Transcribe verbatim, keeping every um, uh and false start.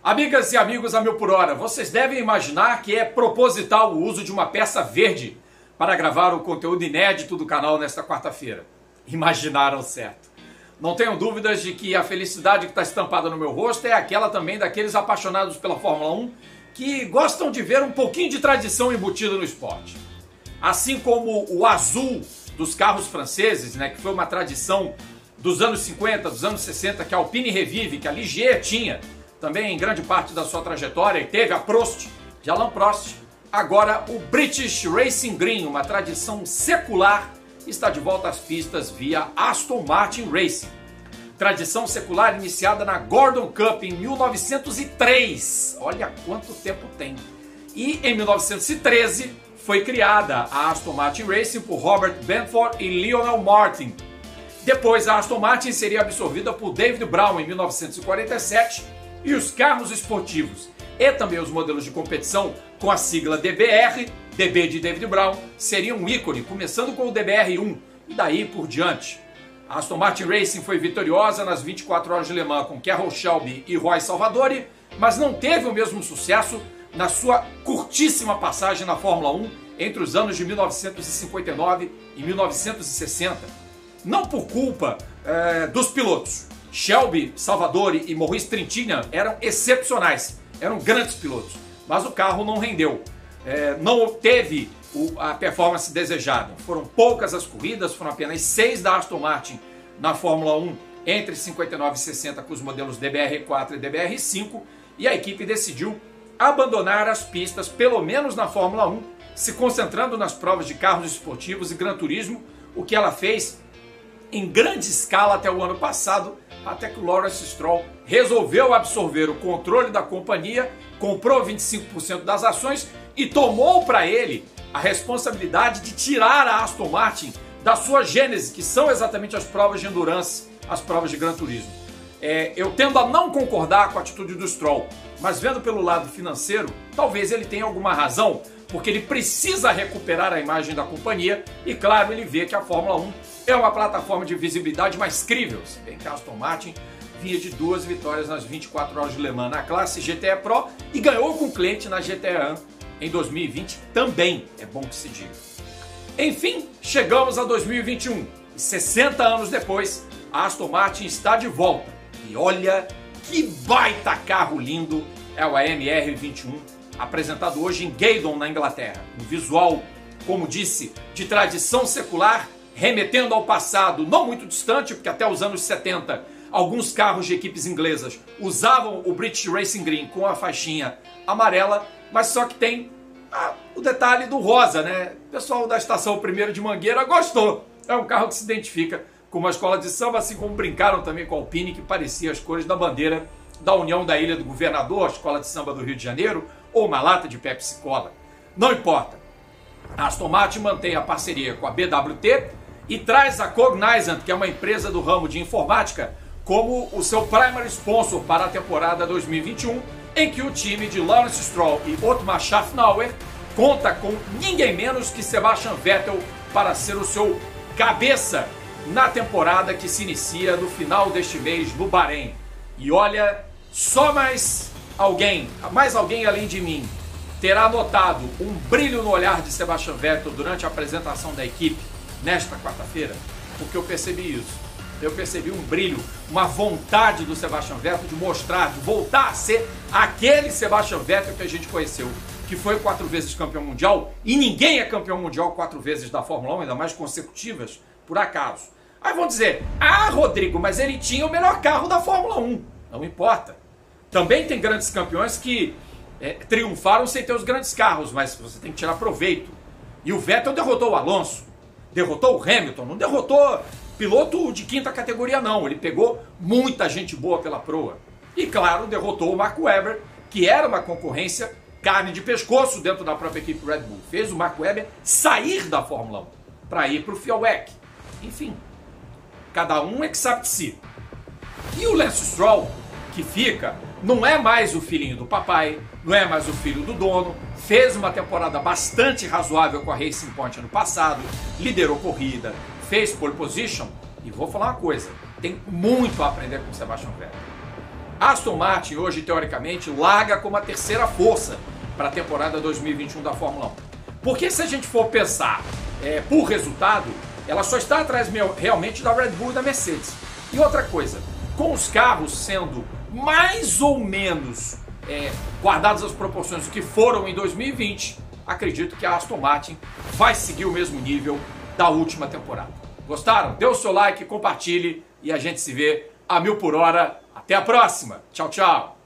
Amigas e amigos a mil por hora, vocês devem imaginar que é proposital o uso de uma peça verde para gravar o conteúdo inédito do canal nesta quarta-feira. Imaginaram certo. Não tenham dúvidas de que a felicidade que está estampada no meu rosto é aquela também daqueles apaixonados pela Fórmula um que gostam de ver um pouquinho de tradição embutida no esporte. Assim como o azul dos carros franceses, né, que foi uma tradição dos anos cinquenta, dos anos sessenta, que a Alpine revive, que a Ligier tinha também em grande parte da sua trajetória, e teve a Prost, de Alain Prost. Agora o British Racing Green, uma tradição secular, está de volta às pistas via Aston Martin Racing. Tradição secular iniciada na Gordon Cup em mil novecentos e três. Olha quanto tempo tem. E em mil novecentos e treze foi criada a Aston Martin Racing por Robert Benford e Lionel Martin. Depois a Aston Martin seria absorvida por David Brown em mil novecentos e quarenta e sete e os carros esportivos e também os modelos de competição com a sigla D B R, D B de David Brown, seriam um ícone, começando com o D B R um e daí por diante. A Aston Martin Racing foi vitoriosa nas vinte e quatro horas de Le Mans com Carroll Shelby e Roy Salvadori, mas não teve o mesmo sucesso na sua curtíssima passagem na Fórmula um entre os anos de mil novecentos e cinquenta e nove e mil novecentos e sessenta. Não por culpa é, dos pilotos. Shelby, Salvadori e Maurice Trintignant eram excepcionais, eram grandes pilotos, mas o carro não rendeu, é, não obteve o, a performance desejada. Foram poucas as corridas, foram apenas seis da Aston Martin na Fórmula um entre cinquenta e nove e sessenta com os modelos D B R quatro e D B R cinco, e a equipe decidiu abandonar as pistas, pelo menos na Fórmula um, se concentrando nas provas de carros esportivos e Gran Turismo, o que ela fez em grande escala até o ano passado, até que o Lawrence Stroll resolveu absorver o controle da companhia, comprou vinte e cinco por cento das ações e tomou para ele a responsabilidade de tirar a Aston Martin da sua gênese, que são exatamente as provas de endurance, as provas de Gran Turismo. É, eu tendo a não concordar com a atitude do Stroll, mas vendo pelo lado financeiro, talvez ele tenha alguma razão, porque ele precisa recuperar a imagem da companhia e, claro, ele vê que a Fórmula um é uma plataforma de visibilidade mais crível, se bem que a Aston Martin vinha de duas vitórias nas vinte e quatro horas de Le Mans na classe G T E Pro e ganhou com o cliente na G T E um em dois mil e vinte também, é bom que se diga. Enfim, chegamos a dois mil e vinte e um e sessenta anos depois, a Aston Martin está de volta. E olha que baita carro lindo é o A M R vinte e um, apresentado hoje em Gaydon, na Inglaterra. Um visual, como disse, de tradição secular, remetendo ao passado não muito distante, porque até os anos setenta alguns carros de equipes inglesas usavam o British Racing Green com a faixinha amarela, mas só que tem ah, o detalhe do rosa, né? O pessoal da estação primeiro de Mangueira gostou. É um carro que se identifica com uma escola de samba, assim como brincaram também com a Alpine, que parecia as cores da bandeira da União da Ilha do Governador, a escola de samba do Rio de Janeiro, ou uma lata de Pepsi Cola. Não importa. A Aston Martin mantém a parceria com a B W T e traz a Cognizant, que é uma empresa do ramo de informática, como o seu primary sponsor para a temporada dois mil e vinte e um, em que o time de Lawrence Stroll e Otmar Szafnauer conta com ninguém menos que Sebastian Vettel para ser o seu cabeça na temporada que se inicia no final deste mês no Bahrein. E olha, só mais alguém, mais alguém além de mim, terá notado um brilho no olhar de Sebastian Vettel durante a apresentação da equipe nesta quarta-feira, porque eu percebi isso. Eu percebi um brilho, uma vontade do Sebastian Vettel de mostrar, de voltar a ser aquele Sebastian Vettel que a gente conheceu, que foi quatro vezes campeão mundial, e ninguém é campeão mundial quatro vezes da Fórmula um, ainda mais consecutivas, por acaso. Aí vão dizer, ah, Rodrigo, mas ele tinha o melhor carro da Fórmula um. Não importa. Também tem grandes campeões que é, triunfaram sem ter os grandes carros, mas você tem que tirar proveito. E o Vettel derrotou o Alonso, derrotou o Hamilton, não derrotou piloto de quinta categoria não, ele pegou muita gente boa pela proa. E claro, derrotou o Mark Webber, que era uma concorrência carne de pescoço dentro da própria equipe Red Bull. Fez o Mark Webber sair da Fórmula um para ir para o F I A W E C. Enfim, cada um é que sabe de si. E o Lance Stroll, que fica, não é mais o filhinho do papai, não é mais o filho do dono, fez uma temporada bastante razoável com a Racing Point ano passado, liderou corrida, fez pole position, e vou falar uma coisa, tem muito a aprender com o Sebastian Vettel. A Aston Martin hoje, teoricamente, larga como a terceira força para a temporada dois mil e vinte e um da Fórmula um. Porque se a gente for pensar é, por resultado, ela só está atrás realmente da Red Bull e da Mercedes. E outra coisa, com os carros sendo mais ou menos é, guardadas as proporções que foram em dois mil e vinte, acredito que a Aston Martin vai seguir o mesmo nível da última temporada. Gostaram? Dê o seu like, compartilhe e a gente se vê a mil por hora. Até a próxima. Tchau, tchau.